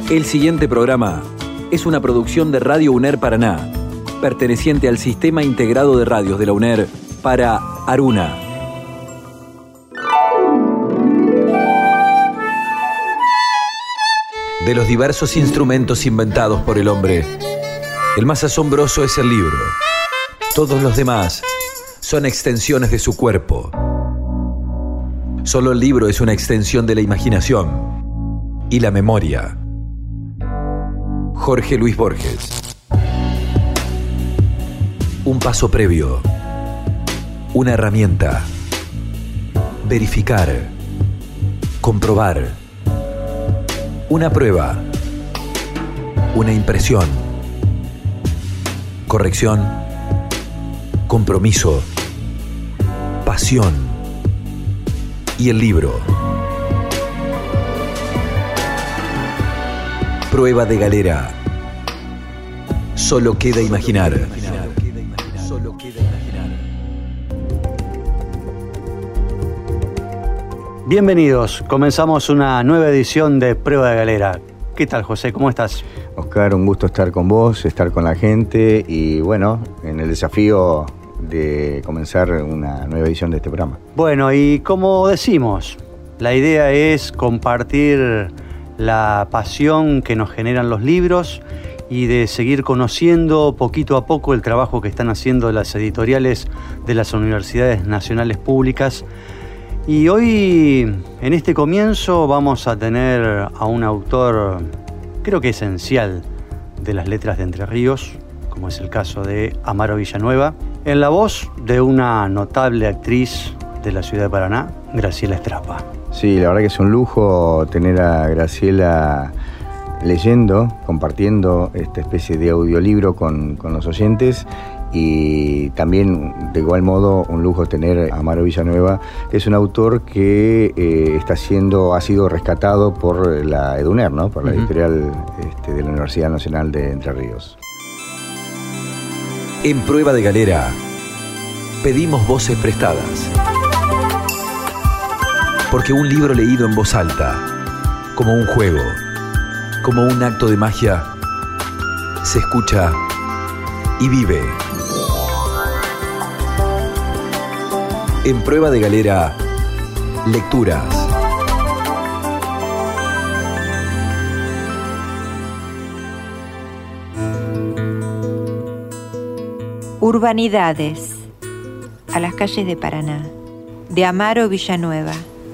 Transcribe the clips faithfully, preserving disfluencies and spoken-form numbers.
El siguiente programa es una producción de Radio UNER Paraná, perteneciente al Sistema Integrado de Radios de la UNER para Aruna. De los diversos instrumentos inventados por el hombre, el más asombroso es el libro. Todos los demás son extensiones de su cuerpo. Solo el libro es una extensión de la imaginación y la memoria. Jorge Luis Borges. Un paso previo. Una herramienta. Verificar. Comprobar. Una prueba. Una impresión. Corrección. Compromiso. Pasión. Y el libro. Prueba de galera. Solo queda imaginar. Solo queda imaginar. Bienvenidos, comenzamos una nueva edición de Prueba de Galera. ¿Qué tal, José? ¿Cómo estás? Oscar, un gusto estar con vos, estar con la gente y bueno, en el desafío de comenzar una nueva edición de este programa. Bueno, y como decimos, la idea es compartir la pasión que nos generan los libros y de seguir conociendo poquito a poco el trabajo que están haciendo las editoriales de las universidades nacionales públicas. Y hoy, en este comienzo, vamos a tener a un autor, creo que esencial, de las letras de Entre Ríos, como es el caso de Amaro Villanueva, en la voz de una notable actriz de la ciudad de Paraná, Graciela Estrapa. Sí, la verdad que es un lujo tener a Graciela leyendo, compartiendo esta especie de audiolibro con, con los oyentes. Y también, de igual modo, un lujo tener a Amaro Villanueva, que es un autor que eh, está siendo, ha sido rescatado por la EDUNER, ¿no? Por la uh-huh. editorial este, de la Universidad Nacional de Entre Ríos. En Prueba de Galera, pedimos voces prestadas. Porque un libro leído en voz alta, como un juego, como un acto de magia, se escucha y vive. En Prueba de Galera, lecturas. Urbanidades, a las calles de Paraná, de Amaro Villanueva.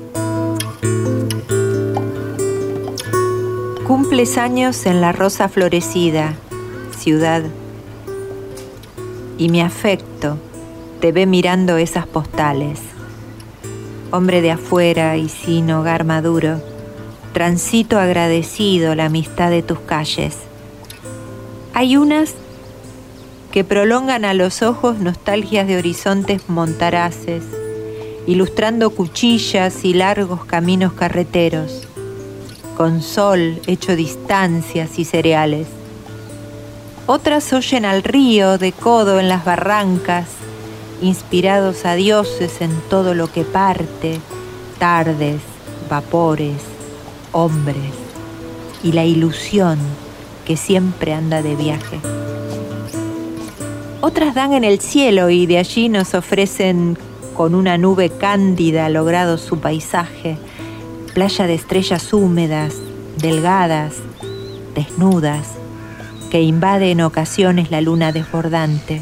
Cumples años en la rosa florecida, ciudad, y mi afecto te ve mirando esas postales. Hombre de afuera y sin hogar maduro, transito agradecido la amistad de tus calles. Hay unas que prolongan a los ojos nostalgias de horizontes montaraces, ilustrando cuchillas y largos caminos carreteros, con sol hecho distancias y cereales. Otras oyen al río de codo en las barrancas, inspirados a dioses en todo lo que parte, tardes, vapores, hombres y la ilusión que siempre anda de viaje. Otras dan en el cielo y de allí nos ofrecen con una nube cándida logrado su paisaje, playa de estrellas húmedas, delgadas, desnudas, que invade en ocasiones la luna desbordante.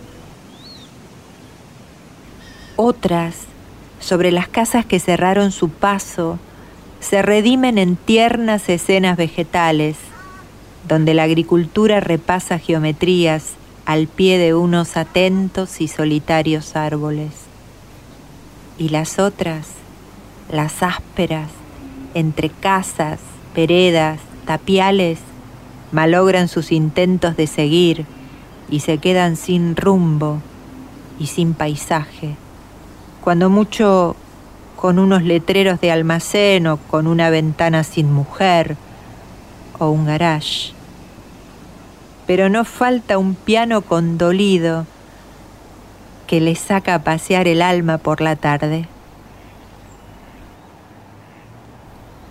Otras, sobre las casas que cerraron su paso, se redimen en tiernas escenas vegetales, donde la agricultura repasa geometrías al pie de unos atentos y solitarios árboles. Y las otras, las ásperas, entre casas, veredas, tapiales, malogran sus intentos de seguir y se quedan sin rumbo y sin paisaje, cuando mucho con unos letreros de almacén o con una ventana sin mujer o un garage. Pero no falta un piano condolido que le saca a pasear el alma por la tarde.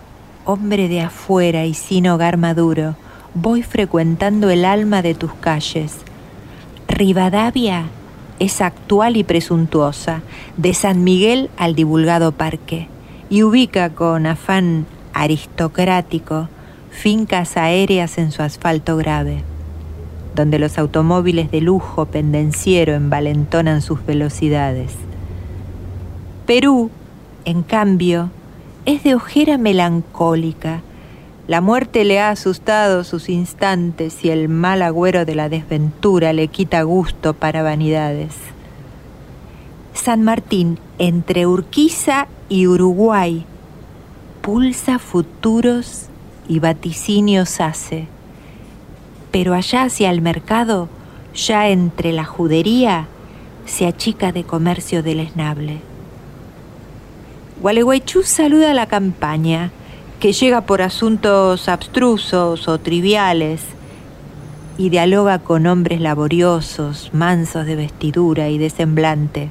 hombre de afuera y sin hogar maduro, voy frecuentando el alma de tus calles. Rivadavia es actual y presuntuosa, de San Miguel al divulgado parque, y ubica con afán aristocrático fincas aéreas en su asfalto grave, donde los automóviles de lujo pendenciero envalentonan sus velocidades. Perú, en cambio, es de ojera melancólica. La muerte le ha asustado sus instantes y el mal agüero de la desventura le quita gusto para vanidades. San Martín, entre Urquiza y Uruguay, pulsa futuros y vaticinios hace, pero allá hacia el mercado, ya entre la judería, se achica de comercio deleznable. Gualeguaychú saluda a la campaña, que llega por asuntos abstrusos o triviales y dialoga con hombres laboriosos, mansos de vestidura y de semblante.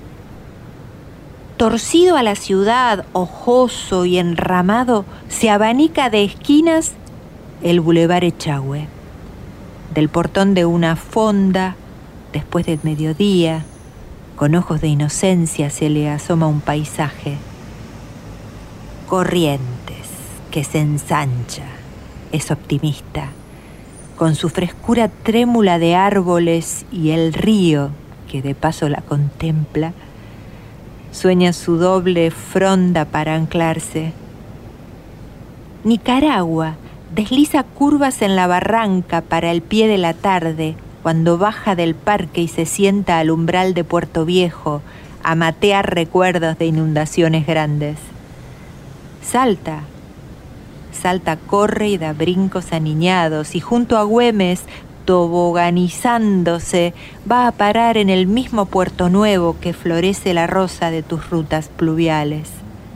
Torcido a la ciudad, ojoso y enramado, se abanica de esquinas el bulevar Echagüe. Del portón de una fonda, después del mediodía, con ojos de inocencia se le asoma un paisaje. Corrientes, que se ensancha, es optimista, con su frescura trémula de árboles y el río, que de paso la contempla, sueña su doble fronda para anclarse. Nicaragua desliza curvas en la barranca para el pie de la tarde, cuando baja del parque y se sienta al umbral de Puerto Viejo a matear recuerdos de inundaciones grandes. Salta, Salta corre y da brincos aniñados y junto a Güemes, toboganizándose, va a parar en el mismo Puerto Nuevo que florece la rosa de tus rutas pluviales.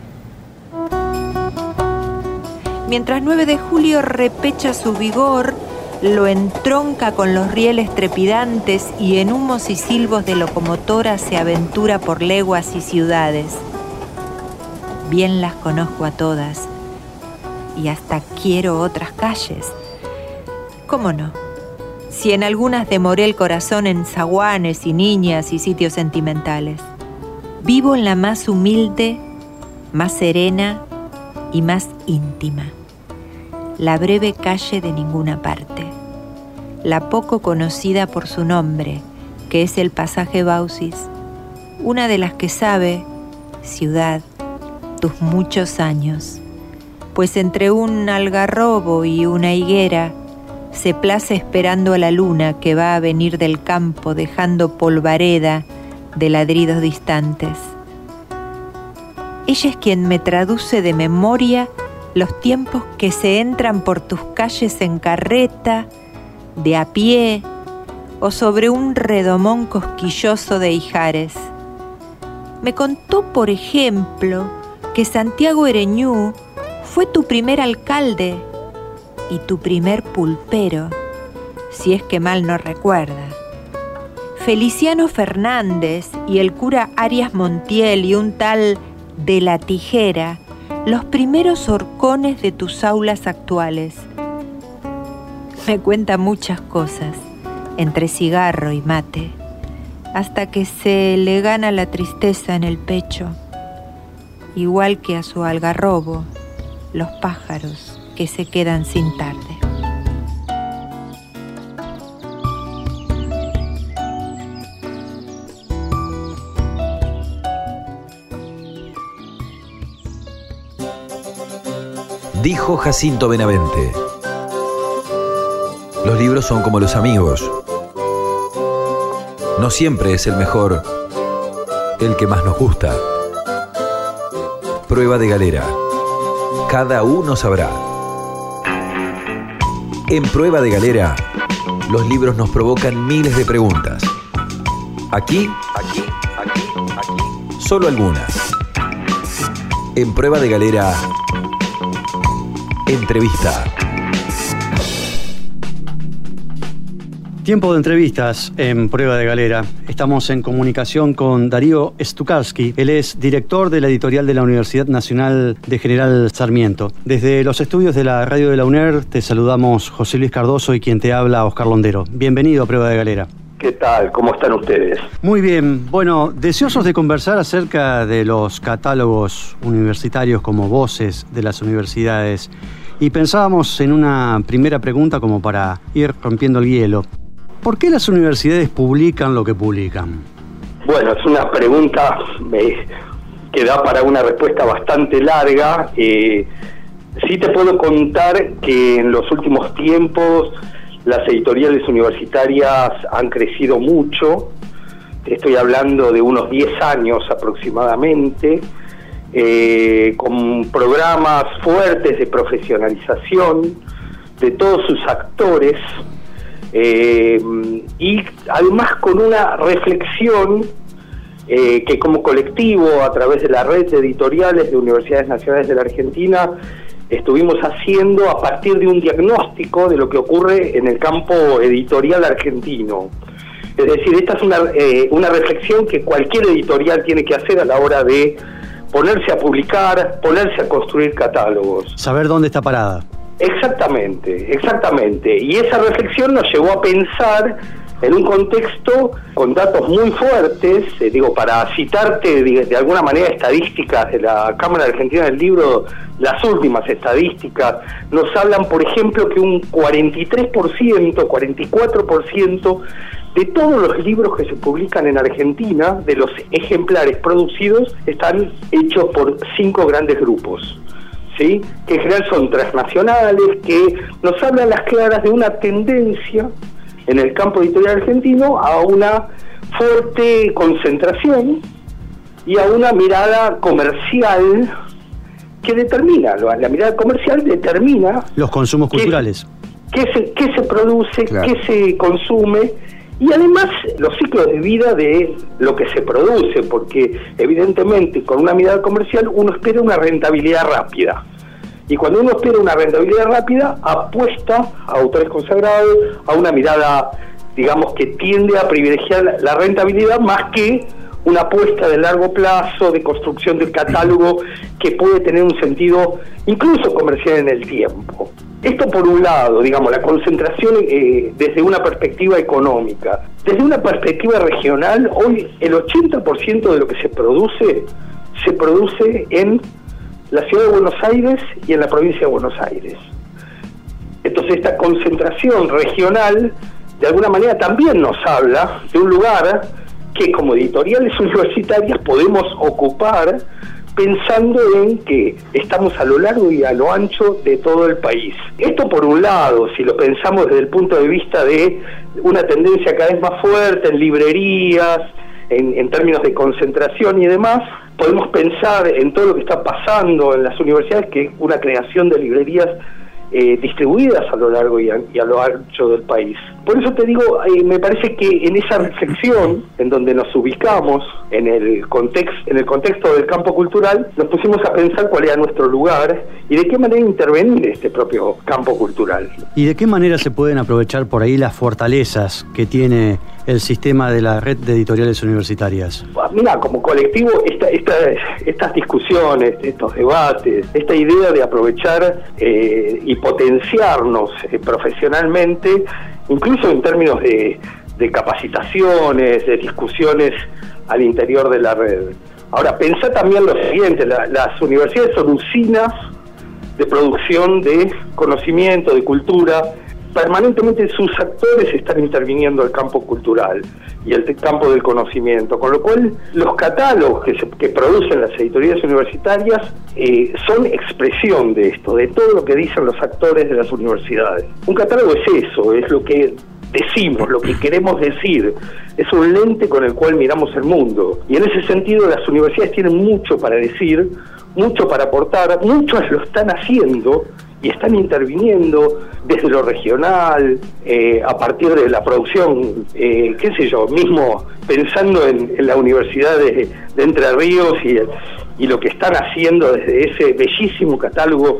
Mientras nueve de julio repecha su vigor, lo entronca con los rieles trepidantes y en humos y silbos de locomotora se aventura por leguas y ciudades. Bien las conozco a todas y hasta quiero otras calles. ¿Cómo no? Si en algunas demoré el corazón en zaguanes y niñas y sitios sentimentales. Vivo en la más humilde, más serena y más íntima. La breve calle de ninguna parte. La poco conocida por su nombre, que es el pasaje Baucis. Una de las que sabe, ciudad, tus muchos años. Pues entre un algarrobo y una higuera se place esperando a la luna que va a venir del campo dejando polvareda de ladridos distantes. Ella es quien me traduce de memoria los tiempos que se entran por tus calles en carreta, de a pie o sobre un redomón cosquilloso de ijares. Me contó, por ejemplo, que Santiago Ereñú fue tu primer alcalde y tu primer pulpero, si es que mal no recuerda. Feliciano Fernández y el cura Arias Montiel y un tal de la Tijera, los primeros horcones de tus aulas actuales. Me cuenta muchas cosas, entre cigarro y mate, hasta que se le gana la tristeza en el pecho, igual que a su algarrobo, los pájaros que se quedan sin tarde. Dijo Jacinto Benavente: los libros son como los amigos. No siempre es el mejor el que más nos gusta. Prueba de Galera. Cada uno sabrá. En Prueba de Galera, los libros nos provocan miles de preguntas. Aquí, aquí, aquí, aquí, solo algunas. En Prueba de Galera, entrevista. Tiempo de entrevistas en Prueba de Galera. Estamos en comunicación con Darío Stukalski. Él es director de la editorial de la Universidad Nacional de General Sarmiento. Desde los estudios de la radio de la UNER te saludamos José Luis Cardoso y quien te habla, Oscar Londero. Bienvenido a Prueba de Galera. ¿Qué tal? ¿Cómo están ustedes? Muy bien. Bueno, deseosos de conversar acerca de los catálogos universitarios como voces de las universidades. Y pensábamos en una primera pregunta como para ir rompiendo el hielo. ¿Por qué las universidades publican lo que publican? Bueno, es una pregunta eh, que da para una respuesta bastante larga. Eh, sí te puedo contar que en los últimos tiempos las editoriales universitarias han crecido mucho. Estoy hablando de unos diez años aproximadamente, eh, con programas fuertes de profesionalización de todos sus actores. Eh, y además con una reflexión eh, que como colectivo a través de la red de editoriales de universidades nacionales de la Argentina estuvimos haciendo a partir de un diagnóstico de lo que ocurre en el campo editorial argentino. Es decir, esta es una, eh, una reflexión que cualquier editorial tiene que hacer a la hora de ponerse a publicar, ponerse a construir catálogos. Saber dónde está parada. Exactamente, exactamente. Y esa reflexión nos llevó a pensar en un contexto con datos muy fuertes, eh, digo, para citarte de, de alguna manera estadísticas de la Cámara Argentina del Libro, las últimas estadísticas, nos hablan, por ejemplo, que un cuarenta y tres por ciento, cuarenta y cuatro por ciento de todos los libros que se publican en Argentina, de los ejemplares producidos, están hechos por cinco grandes grupos. ¿Sí? Que en general son transnacionales, que nos hablan las claras de una tendencia en el campo editorial argentino a una fuerte concentración y a una mirada comercial que determina, la mirada comercial determina los consumos qué, culturales. Qué se, qué se produce, claro. Qué se consume, y además los ciclos de vida de lo que se produce, porque evidentemente con una mirada comercial uno espera una rentabilidad rápida. Y cuando uno espera una rentabilidad rápida, apuesta a autores consagrados, a una mirada, digamos, que tiende a privilegiar la rentabilidad más que una apuesta de largo plazo, de construcción del catálogo, que puede tener un sentido incluso comercial en el tiempo. Esto por un lado, digamos, la concentración eh, desde una perspectiva económica. Desde una perspectiva regional, hoy el ochenta por ciento de lo que se produce, se produce en la ciudad de Buenos Aires y en la provincia de Buenos Aires. Entonces esta concentración regional, de alguna manera también nos habla de un lugar que como editoriales universitarias podemos ocupar, pensando en que estamos a lo largo y a lo ancho de todo el país. Esto por un lado, si lo pensamos desde el punto de vista de una tendencia cada vez más fuerte en librerías, en, en términos de concentración y demás, podemos pensar en todo lo que está pasando en las universidades, que es una creación de librerías eh, distribuidas a lo largo y a, y a lo ancho del país. Por eso te digo, eh, me parece que en esa reflexión, en donde nos ubicamos, en el contexto, en el contexto del campo cultural, nos pusimos a pensar cuál era nuestro lugar y de qué manera intervenir este propio campo cultural. ¿Y de qué manera se pueden aprovechar por ahí las fortalezas que tiene el sistema de la red de editoriales universitarias? Mira, como colectivo, esta, esta, estas discusiones, estos debates, esta idea de aprovechar eh, y potenciarnos eh, profesionalmente, incluso en términos de, de capacitaciones, de discusiones al interior de la red. Ahora, pensá también lo siguiente, la, las universidades son usinas de producción de conocimiento, de cultura. Permanentemente sus actores están interviniendo el campo cultural y el campo del conocimiento, con lo cual los catálogos que, se, que producen las editoriales universitarias eh, son expresión de esto, de todo lo que dicen los actores de las universidades. Un catálogo es eso, es lo que decimos, lo que queremos decir, es un lente con el cual miramos el mundo, y en ese sentido las universidades tienen mucho para decir, mucho para aportar, muchos lo están haciendo y están interviniendo desde lo regional, eh, a partir de la producción, eh, qué sé yo, mismo pensando en, en la Universidad de, de Entre Ríos y, y lo que están haciendo desde ese bellísimo catálogo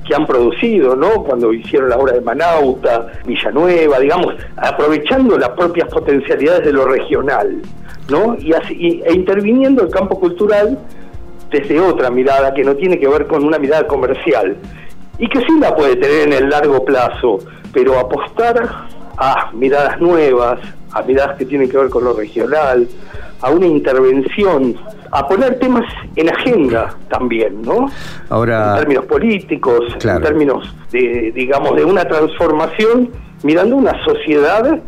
que han producido, ¿no? Cuando hicieron la obra de Manauta, Villanueva, digamos, aprovechando las propias potencialidades de lo regional, ¿no? Y, así, y e interviniendo el campo cultural desde otra mirada que no tiene que ver con una mirada comercial y que sí la puede tener en el largo plazo, pero apostar a miradas nuevas, a miradas que tienen que ver con lo regional, a una intervención, a poner temas en agenda también, ¿no? Ahora, en términos políticos, claro. en términos de, digamos, de una transformación, mirando una sociedad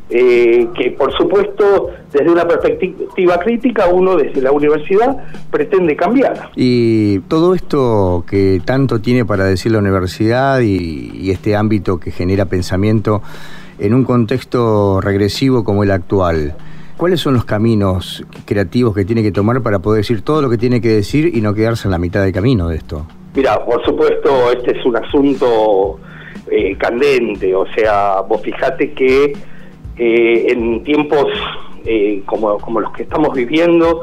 eh, que, por supuesto, desde una perspectiva crítica, uno desde la universidad pretende cambiar. Y todo esto que tanto tiene para decir la universidad y, y este ámbito que genera pensamiento en un contexto regresivo como el actual, ¿cuáles son los caminos creativos que tiene que tomar para poder decir todo lo que tiene que decir y no quedarse en la mitad del camino de esto? Mira, por supuesto, este es un asunto eh, candente, o sea, vos fijate que eh, en tiempos eh, como, como los que estamos viviendo,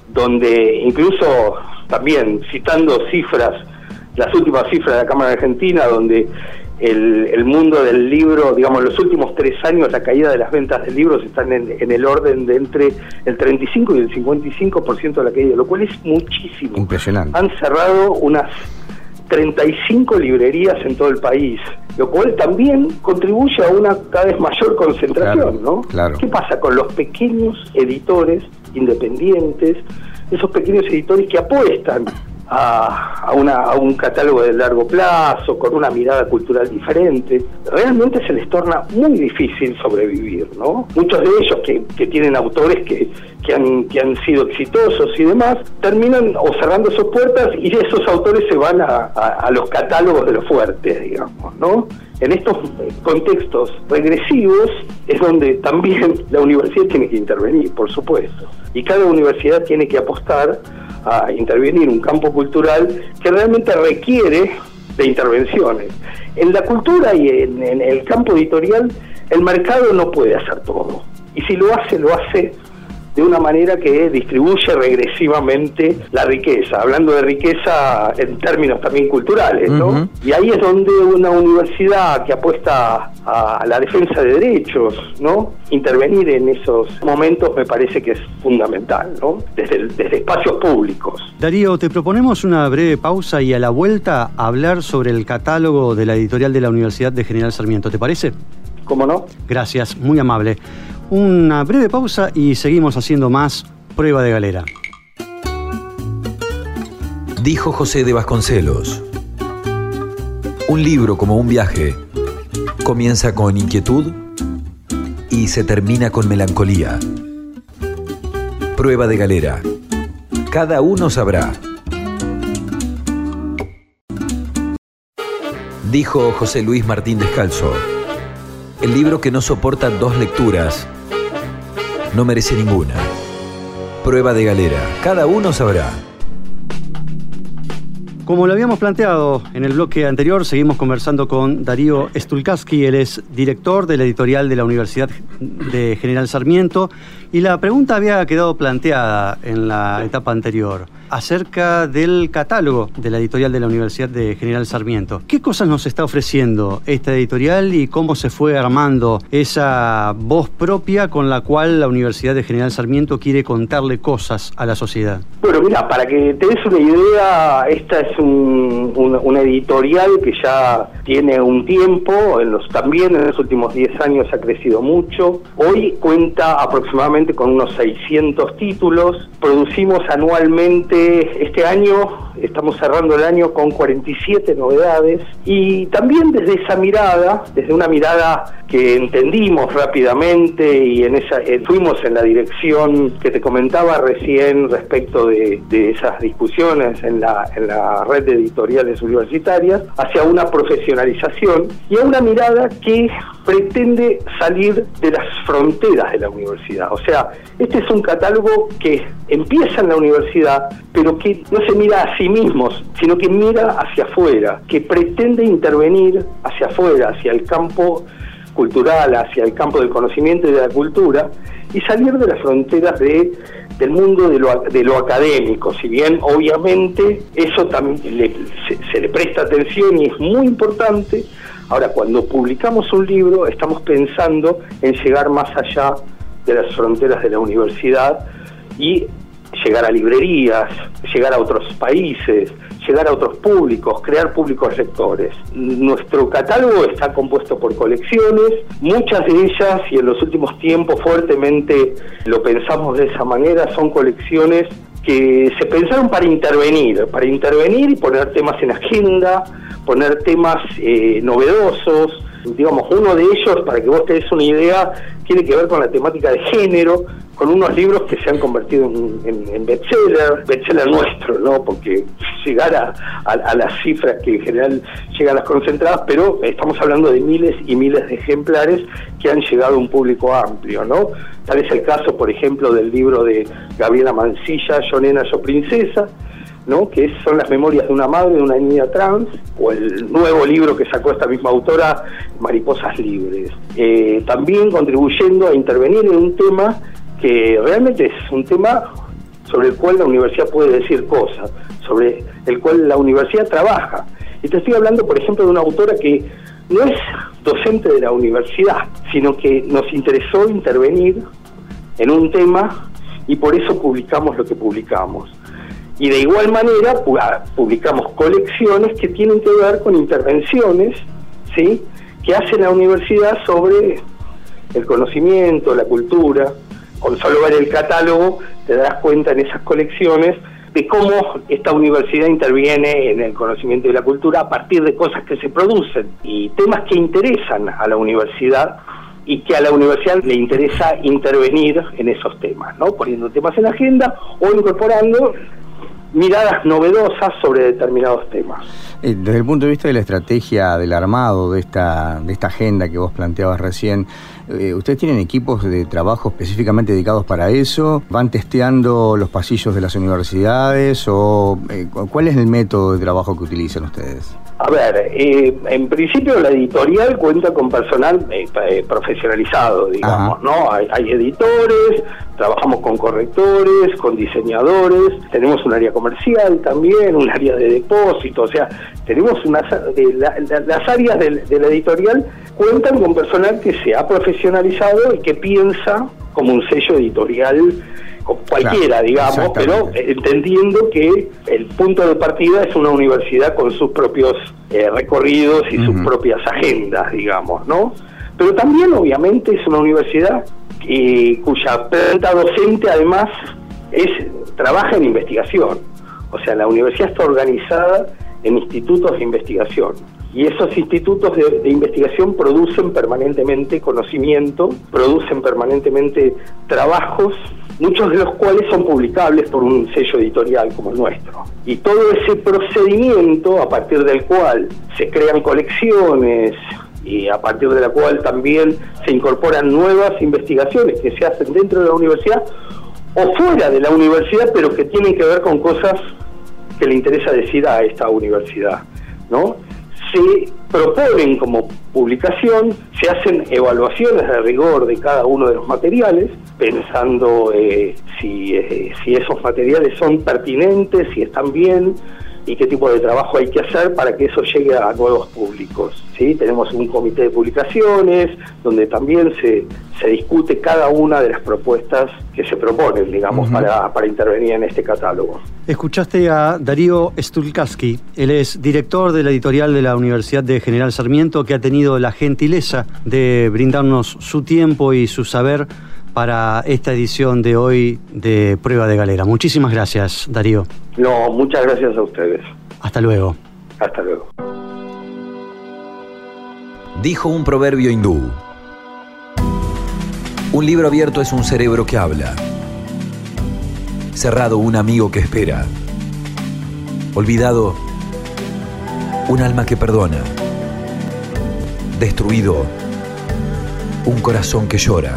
donde incluso también citando cifras, las últimas cifras de la Cámara Argentina, donde El, el mundo del libro, digamos, en los últimos tres años la caída de las ventas de libros están en, en el orden de entre el treinta y cinco y el cincuenta y cinco por ciento de la caída, lo cual es muchísimo. Impresionante. Han cerrado unas treinta y cinco librerías en todo el país, lo cual también contribuye a una cada vez mayor concentración, Claro, ¿no? claro. ¿Qué pasa con los pequeños editores independientes, esos pequeños editores que apuestan A, a, una, a un catálogo de largo plazo, con una mirada cultural diferente? Realmente se les torna muy difícil sobrevivir, ¿no? Muchos de ellos que, que tienen autores que, que, han, que han sido exitosos y demás, terminan o cerrando sus puertas y esos autores se van a, a, a los catálogos de los fuertes, digamos, ¿no? En estos contextos regresivos es donde también la universidad tiene que intervenir, por supuesto. Y cada universidad tiene que apostar a intervenir un campo cultural que realmente requiere de intervenciones. En la cultura y en, en el campo editorial, el mercado no puede hacer todo. Y si lo hace, lo hace de una manera que distribuye regresivamente la riqueza, hablando de riqueza en términos también culturales, ¿no? Uh-huh. Y ahí es donde una universidad que apuesta a la defensa de derechos, ¿no? Intervenir en esos momentos me parece que es fundamental, ¿no? Desde, desde espacios públicos. Darío, te proponemos una breve pausa y a la vuelta hablar sobre el catálogo de la editorial de la Universidad de General Sarmiento, ¿te parece? ¿Cómo no? Gracias, muy amable. Una breve pausa y seguimos haciendo más Prueba de Galera. Dijo José de Vasconcelos: un libro, como un viaje, comienza con inquietud y se termina con melancolía. Prueba de Galera. Cada uno sabrá. Dijo José Luis Martín Descalzo: el libro que no soporta dos lecturas no merece ninguna. Prueba de Galera. Cada uno sabrá. Como lo habíamos planteado en el bloque anterior, seguimos conversando con Darío Stulkowski. Él es director de la editorial de la Universidad de General Sarmiento. Y la pregunta había quedado planteada en la etapa anterior acerca del catálogo de la editorial de la Universidad de General Sarmiento. ¿Qué cosas nos está ofreciendo esta editorial y cómo se fue armando esa voz propia con la cual la Universidad de General Sarmiento quiere contarle cosas a la sociedad? Bueno, mira, para que te des una idea, esta es un, un, una editorial que ya tiene un tiempo, en los, también en los últimos diez años ha crecido mucho. Hoy cuenta aproximadamente con unos seiscientos títulos. Producimos anualmente, este año estamos cerrando el año con cuarenta y siete novedades, y también desde esa mirada, desde una mirada que entendimos rápidamente y en esa eh, fuimos en la dirección que te comentaba recién respecto de, de esas discusiones en la, en la red de editoriales universitarias, hacia una profesionalización y a una mirada que pretende salir de las fronteras de la universidad. O sea, este es un catálogo que empieza en la universidad, pero que no se mira a sí mismos, sino que mira hacia afuera, que pretende intervenir hacia afuera, hacia el campo cultural, hacia el campo del conocimiento y de la cultura, y salir de las fronteras de, del mundo de lo, de lo académico, si bien obviamente eso también le, se, se le presta atención y es muy importante. Ahora, cuando publicamos un libro, estamos pensando en llegar más allá de las fronteras de la universidad y llegar a librerías, llegar a otros países, llegar a otros públicos, crear públicos lectores. Nuestro catálogo está compuesto por colecciones, muchas de ellas, y en los últimos tiempos fuertemente lo pensamos de esa manera, son colecciones que se pensaron para intervenir, para intervenir y poner temas en agenda, poner temas eh, novedosos. Digamos, uno de ellos, para que vos te des una idea, tiene que ver con la temática de género, con unos libros que se han convertido en, en, en bestseller, bestseller nuestro, ¿no? Porque llegar a, a, a las cifras que en general llegan las concentradas, pero estamos hablando de miles y miles de ejemplares que han llegado a un público amplio, ¿no? Tal es el caso, por ejemplo, del libro de Gabriela Mancilla, Yo Nena, Yo Princesa, ¿no? Que son las memorias de una madre de una niña trans, o el nuevo libro que sacó esta misma autora, Mariposas Libres. Eh, también contribuyendo a intervenir en un tema que realmente es un tema sobre el cual la universidad puede decir cosas, sobre el cual la universidad trabaja. Y te estoy hablando, por ejemplo, de una autora que no es docente de la universidad, sino que nos interesó intervenir en un tema y por eso publicamos lo que publicamos. Y de igual manera publicamos colecciones que tienen que ver con intervenciones, ¿sí?, que hace la universidad sobre el conocimiento, la cultura. Con solo ver el catálogo te das cuenta en esas colecciones de cómo esta universidad interviene en el conocimiento y la cultura a partir de cosas que se producen y temas que interesan a la universidad y que a la universidad le interesa intervenir en esos temas, ¿no? Poniendo temas en la agenda o incorporando miradas novedosas sobre determinados temas. Desde el punto de vista de la estrategia del armado de esta de esta agenda que vos planteabas recién, eh, ¿ustedes tienen equipos de trabajo específicamente dedicados para eso? ¿Van testeando los pasillos de las universidades? ¿O eh, cuál es el método de trabajo que utilizan ustedes? A ver, eh, en principio la editorial cuenta con personal eh, eh, profesionalizado, digamos, Ajá. ¿no? Hay, hay editores, trabajamos con correctores, con diseñadores, tenemos un área comercial también, un área de depósito, o sea, tenemos una, de la, la, las áreas de, de la editorial cuentan con personal que se ha profesionalizado y que piensa como un sello editorial cualquiera, claro, digamos, pero entendiendo que el punto de partida es una universidad con sus propios eh, recorridos y uh-huh. sus propias agendas, digamos, ¿no? Pero también, obviamente, es una universidad eh, cuya planta docente, además, es trabaja en investigación. O sea, la universidad está organizada en institutos de investigación. Y esos institutos de, de investigación producen permanentemente conocimiento, producen permanentemente trabajos, muchos de los cuales son publicables por un sello editorial como el nuestro. Y todo ese procedimiento, a partir del cual se crean colecciones y a partir de la cual también se incorporan nuevas investigaciones que se hacen dentro de la universidad o fuera de la universidad, pero que tienen que ver con cosas que le interesa decir a esta universidad, ¿no? Se proponen como publicación, se hacen evaluaciones de rigor de cada uno de los materiales, pensando eh, si, eh, si esos materiales son pertinentes, si están bien y qué tipo de trabajo hay que hacer para que eso llegue a nuevos públicos, ¿sí? Tenemos un comité de publicaciones donde también se, se discute cada una de las propuestas que se proponen, digamos, uh-huh. para, para intervenir en este catálogo. Escuchaste a Darío Stulkowski, él es director de la editorial de la Universidad de General Sarmiento, que ha tenido la gentileza de brindarnos su tiempo y su saber para esta edición de hoy de Prueba de Galera. Muchísimas gracias, Darío. No, muchas gracias a ustedes. Hasta luego. Hasta luego. Dijo un proverbio hindú: un libro abierto es un cerebro que habla, cerrado un amigo que espera, olvidado un alma que perdona, destruido un corazón que llora.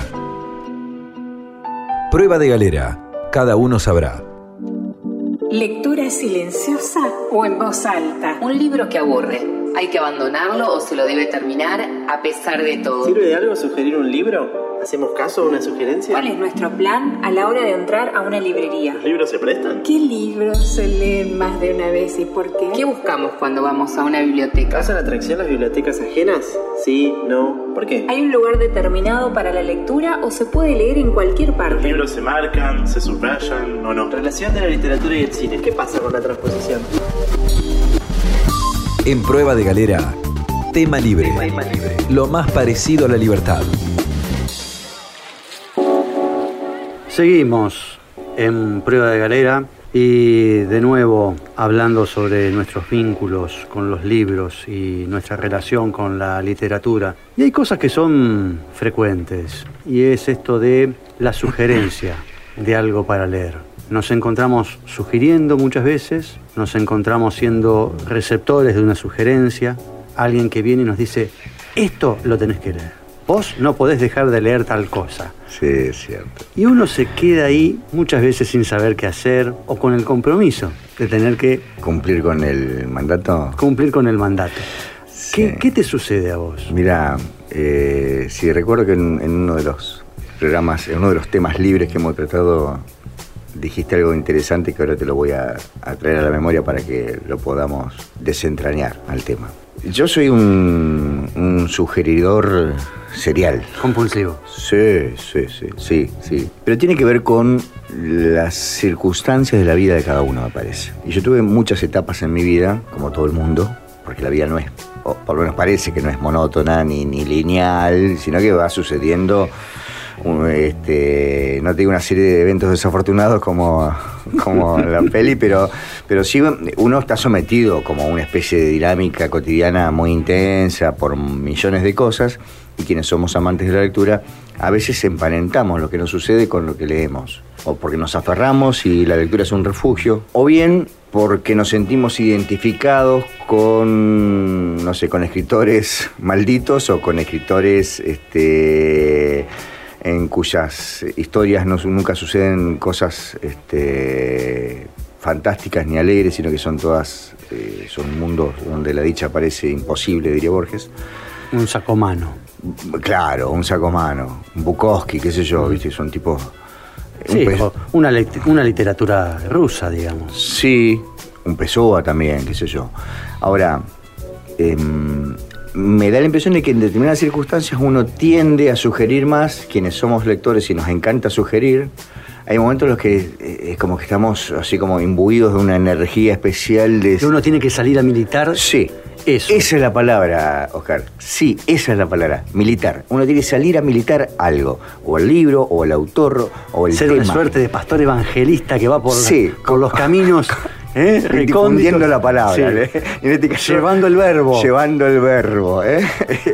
Prueba de Galera, cada uno sabrá. Lectura silenciosa o en voz alta. Un libro que aburre. ¿Hay que abandonarlo o se lo debe terminar a pesar de todo? ¿Sirve de algo sugerir un libro? ¿Hacemos caso a una sugerencia? ¿Cuál es nuestro plan a la hora de entrar a una librería? ¿Los libros se prestan? ¿Qué libros se leen más de una vez y por qué? ¿Qué buscamos cuando vamos a una biblioteca? ¿Causan atracción las bibliotecas ajenas? Sí, no. ¿Por qué? ¿Hay un lugar determinado para la lectura o se puede leer en cualquier parte? ¿Los libros se marcan, se subrayan o no? Relación de la literatura y el cine. ¿Qué pasa con la transposición? En Prueba de Galera, tema libre. Tema libre. Lo más parecido a la libertad. Seguimos en Prueba de Galera y de nuevo hablando sobre nuestros vínculos con los libros y nuestra relación con la literatura. Y hay cosas que son frecuentes y es esto de la sugerencia de algo para leer. Nos encontramos sugiriendo muchas veces, nos encontramos siendo receptores de una sugerencia, alguien que viene y nos dice, esto lo tenés que leer, vos no podés dejar de leer tal cosa. Sí, es cierto. Y uno se queda ahí muchas veces sin saber qué hacer o con el compromiso de tener que ¿Cumplir con el mandato? cumplir con el mandato. Sí. ¿Qué, qué te sucede a vos? Mira, eh, sí, recuerdo que en, en uno de los programas, en uno de los temas libres que hemos tratado, dijiste algo interesante que ahora te lo voy a, a traer a la memoria para que lo podamos desentrañar al tema. Yo soy un, un sugeridor serial. Compulsivo. Sí, sí, sí, sí, sí. Pero tiene que ver con las circunstancias de la vida de cada uno, me parece. Y yo tuve muchas etapas en mi vida, como todo el mundo, porque la vida no es, o por lo menos parece que no es monótona ni, ni lineal, sino que va sucediendo, un, este, no te digo una serie de eventos desafortunados como, como la peli, pero, pero sí uno está sometido como a una especie de dinámica cotidiana muy intensa por millones de cosas, y quienes somos amantes de la lectura a veces emparentamos lo que nos sucede con lo que leemos, o porque nos aferramos y la lectura es un refugio, o bien porque nos sentimos identificados con, no sé, con escritores malditos o con escritores este, en cuyas historias no, nunca suceden cosas este, fantásticas ni alegres, sino que son todas, eh, son mundos donde la dicha parece imposible, diría Borges. Un sacomano. Claro, un sacomano, un Bukowski, qué sé yo, ¿viste? Son tipos... Sí, un o una, una literatura rusa, digamos. Sí, un Pessoa también, qué sé yo. Ahora, eh, me da la impresión de que en determinadas circunstancias uno tiende a sugerir más, quienes somos lectores y nos encanta sugerir. Hay momentos en los que eh, es como que estamos así como imbuidos de una energía especial de... Que uno tiene que salir a militar. Sí. Eso. Esa es la palabra, Oscar. Sí, esa es la palabra. Militar. Uno tiene que salir a militar algo. O el libro, o el autor, o el Ser tema. una suerte de pastor evangelista que va por, sí, la, por los caminos ¿eh? difundiendo la palabra. Sí. ¿eh? En este caso, llevando el verbo. Llevando el verbo. ¿eh?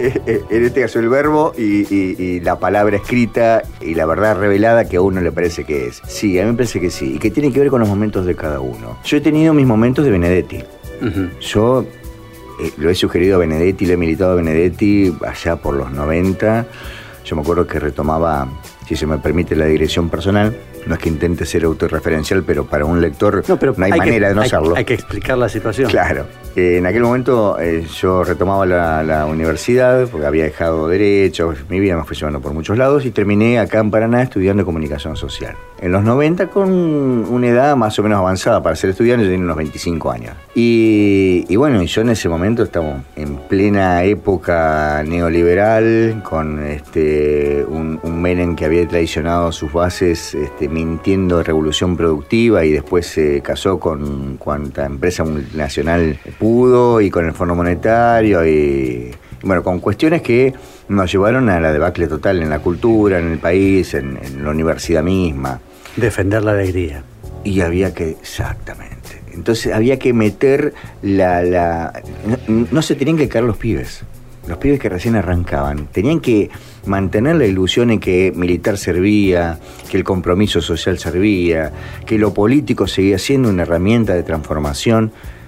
En este caso el verbo y, y, y la palabra escrita y la verdad revelada que a uno le parece que es. Sí, a mí me parece que sí. Y que tiene que ver con los momentos de cada uno. Yo he tenido mis momentos de Benedetti. Uh-huh. Yo... Eh, lo he sugerido a Benedetti, le he militado a Benedetti allá por los noventa. Yo me acuerdo que retomaba, si se me permite la digresión personal, no es que intente ser autorreferencial, pero para un lector no, pero no hay, hay manera que, de no hay, serlo. Hay que explicar la situación. Claro. Eh, en aquel momento eh, yo retomaba la, la universidad, porque había dejado Derecho, mi vida me fue llevando por muchos lados, y terminé acá en Paraná estudiando Comunicación Social. En los noventa, con una edad más o menos avanzada para ser estudiante, yo tenía unos veinticinco años. Y, y bueno, yo en ese momento estamos en plena época neoliberal, con este, un, un Menem que había traicionado sus bases, este, mintiendo de revolución productiva, y después se casó con cuanta empresa multinacional pudo, y con el Fondo Monetario, y bueno, con cuestiones que nos llevaron a la debacle total en la cultura, en el país, en, en la universidad misma. Defender la alegría. Y había que, exactamente, entonces había que meter la... la no, no se tenían que caer los pibes. Los pibes que recién arrancaban tenían que mantener la ilusión en que militar servía, que el compromiso social servía, que lo político seguía siendo una herramienta de transformación.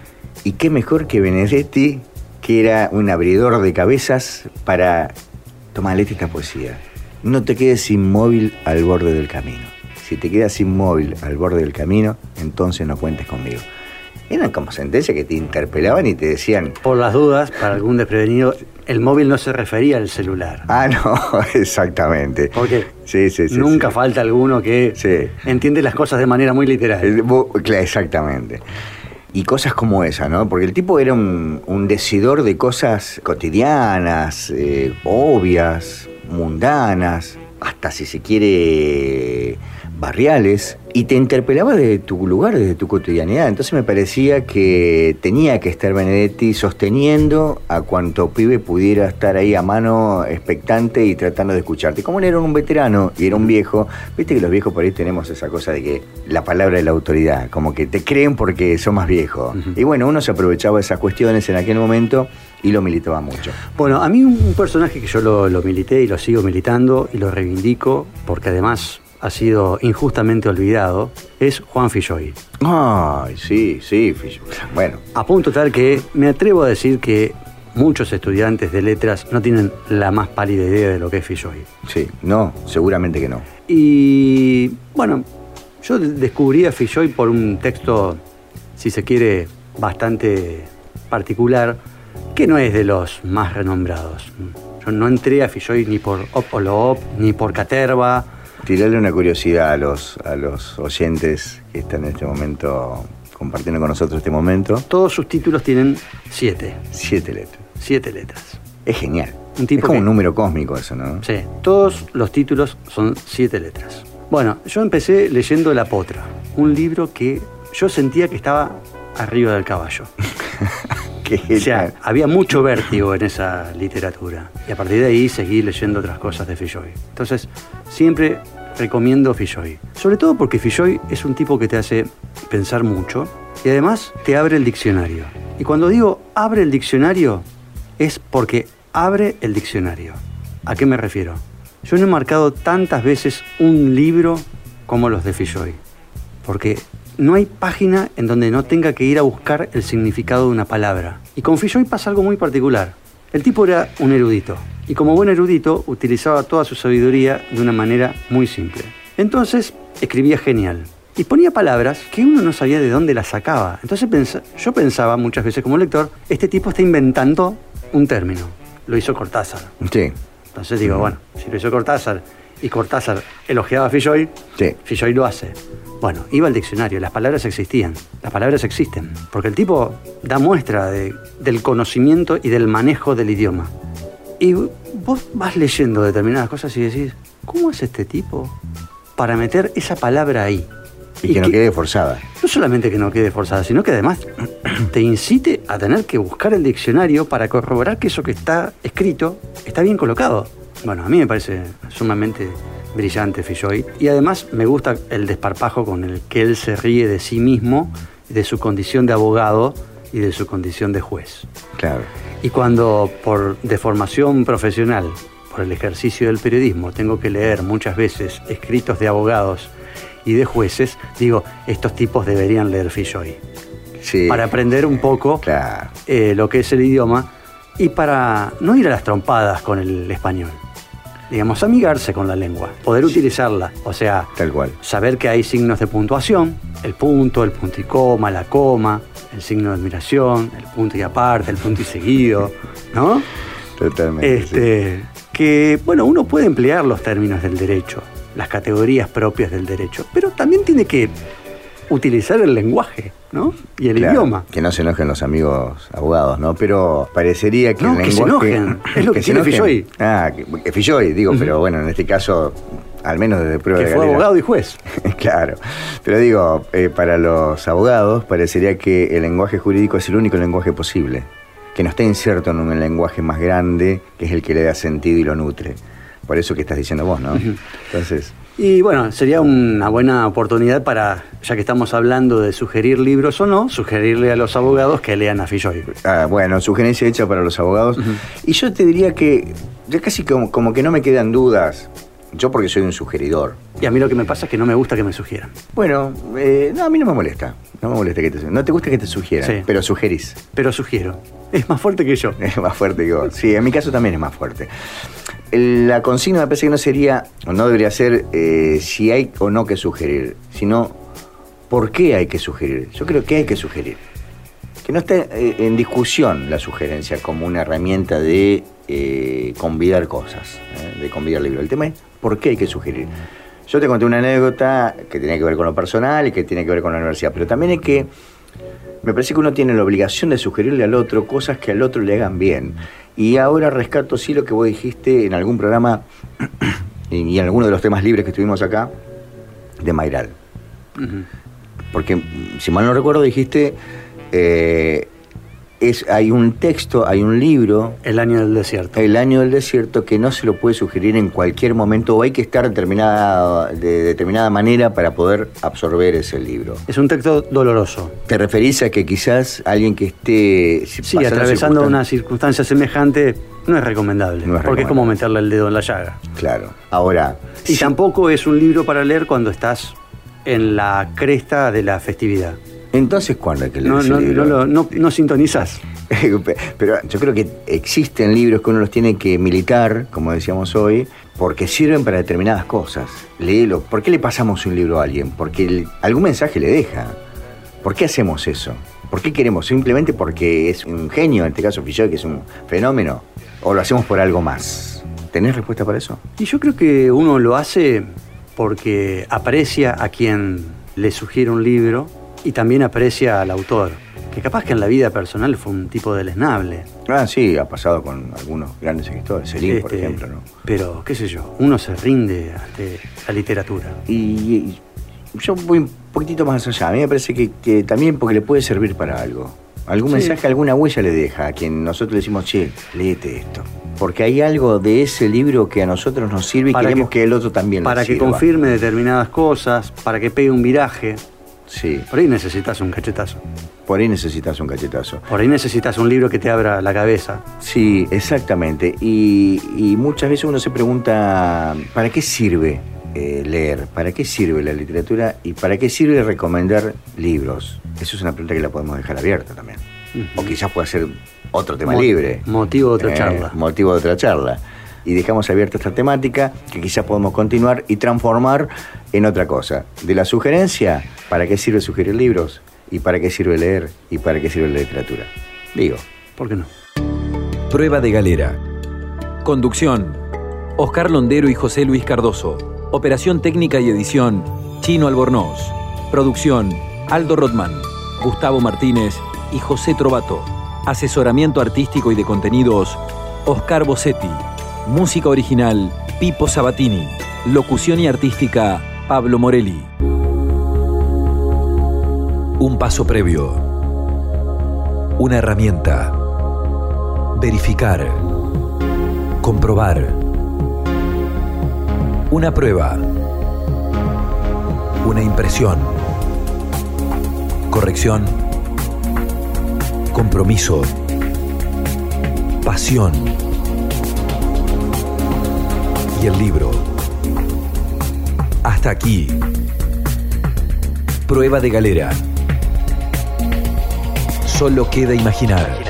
Y qué mejor que Benedetti, que era un abridor de cabezas para tomar esta poesía. No te quedes inmóvil al borde del camino. Si te quedas inmóvil al borde del camino, entonces no cuentes conmigo. eran como sentencias que te interpelaban y te decían... Por las dudas, para algún desprevenido, el móvil no se refería al celular. Ah, no, exactamente. Porque sí, sí, sí, nunca sí. falta alguno que sí. entiende las cosas de manera muy literal. El, exactamente. Y cosas como esa, ¿no? Porque el tipo era un, un decidor de cosas cotidianas, eh, obvias, mundanas, hasta si se quiere barriales, y te interpelaba desde tu lugar, desde tu cotidianidad. Entonces me parecía que tenía que estar Benedetti sosteniendo a cuanto pibe pudiera estar ahí a mano, expectante y tratando de escucharte. Como él era un veterano y era un viejo, viste que los viejos por ahí tenemos esa cosa de que la palabra de la autoridad, como que te creen porque son más viejos. Uh-huh. Y bueno, uno se aprovechaba de esas cuestiones en aquel momento y lo militaba mucho. Bueno, a mí un personaje que yo lo, lo milité y lo sigo militando y lo reivindico, porque además ha sido injustamente olvidado, es Juan Filloy. Ay, sí, sí, Filloy. Bueno. A punto tal que me atrevo a decir que muchos estudiantes de letras no tienen la más pálida idea de lo que es Filloy. Sí, no, seguramente que no. Y bueno, yo descubrí a Filloy por un texto, si se quiere, bastante particular, que no es de los más renombrados. Yo no entré a Filloy ni por Op o lo Op, ni por Caterva. Tirarle una curiosidad a los, a los oyentes que están en este momento compartiendo con nosotros este momento. Todos sus títulos tienen siete. Siete letras. Siete letras. Es genial. Un tipo es como que... un número cósmico eso, ¿no? Sí. Todos los títulos son siete letras. Bueno, yo empecé leyendo La Potra, un libro que yo sentía que estaba arriba del caballo. O sea, había mucho vértigo en esa literatura. Y a partir de ahí seguí leyendo otras cosas de Filloy. Entonces, siempre recomiendo Filloy. Sobre todo porque Filloy es un tipo que te hace pensar mucho y además te abre el diccionario. Y cuando digo abre el diccionario, es porque abre el diccionario. ¿A qué me refiero? Yo no he marcado tantas veces un libro como los de Filloy. Porque no hay página en donde no tenga que ir a buscar el significado de una palabra. Y con Filloy pasa algo muy particular. El tipo era un erudito. Y como buen erudito, utilizaba toda su sabiduría de una manera muy simple. Entonces, escribía genial. Y ponía palabras que uno no sabía de dónde las sacaba. Entonces pens- yo pensaba muchas veces como lector, este tipo está inventando un término. Lo hizo Cortázar. Sí. Entonces digo, bueno, si lo hizo Cortázar y Cortázar elogiaba a Filloy, sí. Filloy lo hace. Bueno, iba al diccionario, las palabras existían, las palabras existen, porque el tipo da muestra de, del conocimiento y del manejo del idioma. Y vos vas leyendo determinadas cosas y decís, ¿cómo hace este tipo para meter esa palabra ahí? Y, y que no que, quede forzada. No solamente que no quede forzada, sino que además te incite a tener que buscar el diccionario para corroborar que eso que está escrito está bien colocado. Bueno, a mí me parece sumamente brillante Filloy. Y además me gusta el desparpajo con el que él se ríe de sí mismo, de su condición de abogado y de su condición de juez. Claro. Y cuando por deformación profesional, por el ejercicio del periodismo, tengo que leer muchas veces escritos de abogados y de jueces, digo, estos tipos deberían leer Filloy. Sí. Para aprender un poco claro. eh, lo que es el idioma y para no ir a las trompadas con el español. Digamos, amigarse con la lengua, poder sí. utilizarla, o sea, tal cual. Saber que hay signos de puntuación, el punto, el punto y coma, la coma, el signo de admiración, el punto y aparte, el punto y seguido, ¿no? Totalmente. Este, sí. Que, bueno, uno puede emplear los términos del derecho, las categorías propias del derecho, pero también tiene que utilizar el lenguaje, ¿no? Y el claro, idioma. Que no se enojen los amigos abogados, ¿no? Pero parecería que no, el que lenguaje... se enojen. Es lo que, que tiene Filloy. Ah, que, que Filloy, digo, uh-huh. Pero bueno, en este caso, al menos desde prueba que de fue galera. Abogado y juez. Claro. Pero digo, eh, para los abogados parecería que el lenguaje jurídico es el único lenguaje posible. Que no está inserto en un lenguaje más grande, que es el que le da sentido y lo nutre. Por eso que estás diciendo vos, ¿no? Uh-huh. Entonces... Y bueno, sería una buena oportunidad para, ya que estamos hablando de sugerir libros o no, sugerirle a los abogados que lean a Filloy. Ah, bueno, sugerencia hecha para los abogados. Uh-huh. Y yo te diría que ya casi como, como que no me quedan dudas. Yo porque soy un sugeridor. Y a mí lo que me pasa es que no me gusta que me sugieran. Bueno, eh, no, a mí no me molesta. No me molesta que te No te gusta que te sugieran, sí. Pero sugerís. Pero sugiero. Es más fuerte que yo. Es más fuerte que vos. Sí, en mi caso también es más fuerte. La consigna me parece que no sería, o no debería ser, eh, si hay o no que sugerir, sino por qué hay que sugerir. Yo creo que hay que sugerir. que no esté eh, en discusión la sugerencia como una herramienta de eh, convidar cosas, ¿eh? de convidar libros. El tema es por qué hay que sugerir. Yo te conté una anécdota que tiene que ver con lo personal y que tiene que ver con la universidad, pero también es que me parece que uno tiene la obligación de sugerirle al otro cosas que al otro le hagan bien. Y ahora rescato sí lo que vos dijiste en algún programa y en alguno de los temas libres que estuvimos acá, de Mayral. Uh-huh. Porque, si mal no recuerdo, dijiste, eh, es, hay un texto, hay un libro... El año del desierto. El año del desierto, que no se lo puede sugerir en cualquier momento, o hay que estar determinada, de determinada manera para poder absorber ese libro. Es un texto doloroso. ¿Te referís a que quizás alguien que esté... Sí, atravesando una circunstancia semejante... No es recomendable, no es porque recomendable. Es como meterle el dedo en la llaga. Claro. Ahora... Y sí. Tampoco es un libro para leer cuando estás en la cresta de la festividad. Entonces, ¿cuándo hay que leer no, ese no, libro? No, no, no, no sintonizás. Pero yo creo que existen libros que uno los tiene que militar, como decíamos hoy, porque sirven para determinadas cosas. Léelo. ¿Por qué le pasamos un libro a alguien? Porque el, algún mensaje le deja. ¿Por qué hacemos eso? ¿Por qué queremos? ¿Simplemente porque es un genio, en este caso Filloy, que es un fenómeno? ¿O lo hacemos por algo más? ¿Tenés respuesta para eso? Y yo creo que uno lo hace porque aprecia a quien le sugiere un libro y también aprecia al autor, que capaz que en la vida personal fue un tipo deleznable. Ah, sí, ha pasado con algunos grandes escritores, Céline, este, por ejemplo, ¿no? Pero, qué sé yo, uno se rinde ante la literatura. Y, y yo voy un poquitito más allá. A mí me parece que, que también porque le puede servir para algo. Algún sí. mensaje, alguna huella le deja a quien nosotros le decimos, che, léete esto. Porque hay algo de ese libro que a nosotros nos sirve y para queremos que, que el otro también lo Para que sirva. confirme determinadas cosas, para que pegue un viraje. Sí. Por ahí necesitas un cachetazo. Por ahí necesitas un cachetazo. Por ahí necesitas un libro que te abra la cabeza. Sí, exactamente. Y, y muchas veces uno se pregunta, ¿para qué sirve eh, leer? ¿Para qué sirve la literatura? ¿Y para qué sirve recomendar libros? Eso es una pregunta que la podemos dejar abierta también. Uh-huh. O quizás pueda ser otro tema Mo- libre. Motivo de otra eh, charla. Motivo de otra charla. Y dejamos abierta esta temática que quizás podemos continuar y transformar en otra cosa. De la sugerencia, ¿para qué sirve sugerir libros? ¿Y para qué sirve leer? ¿Y para qué sirve la literatura? Digo. ¿Por qué no? Prueba de galera. Conducción: Oscar Londero y José Luis Cardoso. Operación técnica y edición: Chino Albornoz. Producción: Aldo Rodman, Gustavo Martínez y José Trovato. Asesoramiento artístico y de contenidos: Oscar Bossetti. Música original: Pipo Sabatini. Locución y artística: Pablo Morelli. Un paso previo. Una herramienta. Verificar. Comprobar. Una prueba. Una impresión. Corrección. Compromiso. Pasión. Y el libro. Hasta aquí. Prueba de galera. Solo queda imaginar.